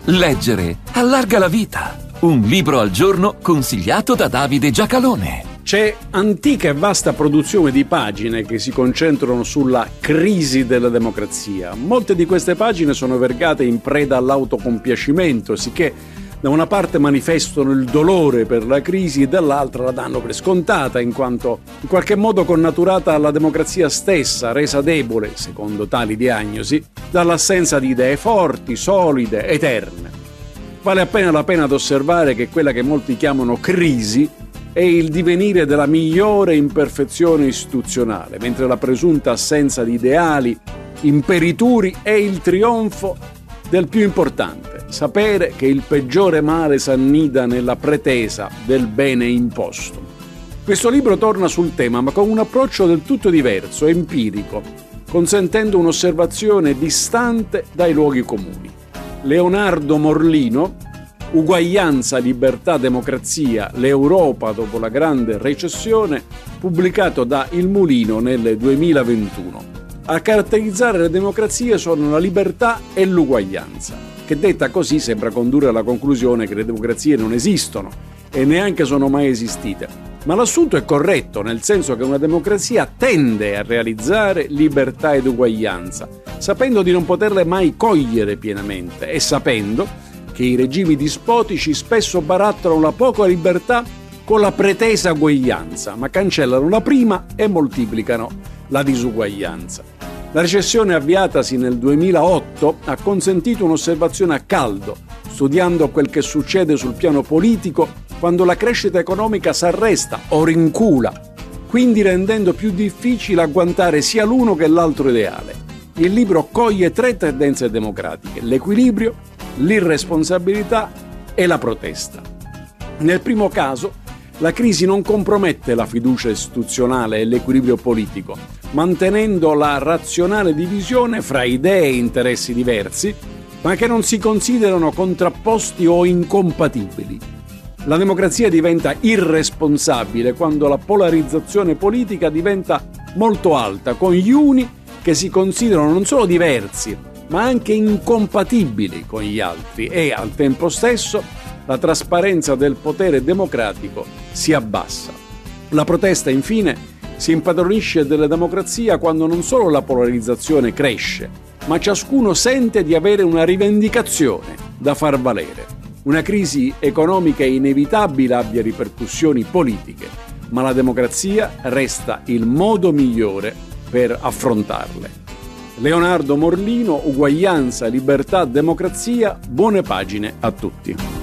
Leggere allarga la vita. Un libro al giorno consigliato da Davide Giacalone. C'è antica e vasta produzione di pagine che si concentrano sulla crisi della democrazia. Molte di queste pagine sono vergate in preda all'autocompiacimento, sicché da una parte manifestano il dolore per la crisi e dall'altra la danno per scontata, in quanto in qualche modo connaturata alla democrazia stessa, resa debole, secondo tali diagnosi, dall'assenza di idee forti, solide, eterne. Vale appena la pena ad osservare che quella che molti chiamano crisi è il divenire della migliore imperfezione istituzionale, mentre la presunta assenza di ideali imperituri è il trionfo del più importante, sapere che il peggiore male s'annida nella pretesa del bene imposto. Questo libro torna sul tema, ma con un approccio del tutto diverso, empirico, consentendo un'osservazione distante dai luoghi comuni. Leonardo Morlino, Uguaglianza, libertà, democrazia, l'Europa dopo la grande recessione, pubblicato da Il Mulino nel 2021. A caratterizzare le democrazie sono la libertà e l'uguaglianza, che detta così sembra condurre alla conclusione che le democrazie non esistono e neanche sono mai esistite. Ma l'assunto è corretto, nel senso che una democrazia tende a realizzare libertà ed uguaglianza, sapendo di non poterle mai cogliere pienamente e sapendo che i regimi dispotici spesso barattano la poca libertà con la pretesa uguaglianza, ma cancellano la prima e moltiplicano la disuguaglianza. La recessione avviatasi nel 2008 ha consentito un'osservazione a caldo, studiando quel che succede sul piano politico quando la crescita economica s'arresta o rincula, quindi rendendo più difficile agguantare sia l'uno che l'altro ideale. Il libro coglie 3 tendenze democratiche: l'equilibrio, l'irresponsabilità e la protesta. Nel primo caso, la crisi non compromette la fiducia istituzionale e l'equilibrio politico, mantenendo la razionale divisione fra idee e interessi diversi, ma che non si considerano contrapposti o incompatibili. La democrazia diventa irresponsabile quando la polarizzazione politica diventa molto alta, con gli uni che si considerano non solo diversi, ma anche incompatibili con gli altri, e al tempo stesso la trasparenza del potere democratico si abbassa. La protesta, infine, si impadronisce della democrazia quando non solo la polarizzazione cresce, ma ciascuno sente di avere una rivendicazione da far valere. Una crisi economica inevitabile abbia ripercussioni politiche, ma la democrazia resta il modo migliore per affrontarle. Leonardo Morlino, Uguaglianza, libertà, democrazia, buone pagine a tutti.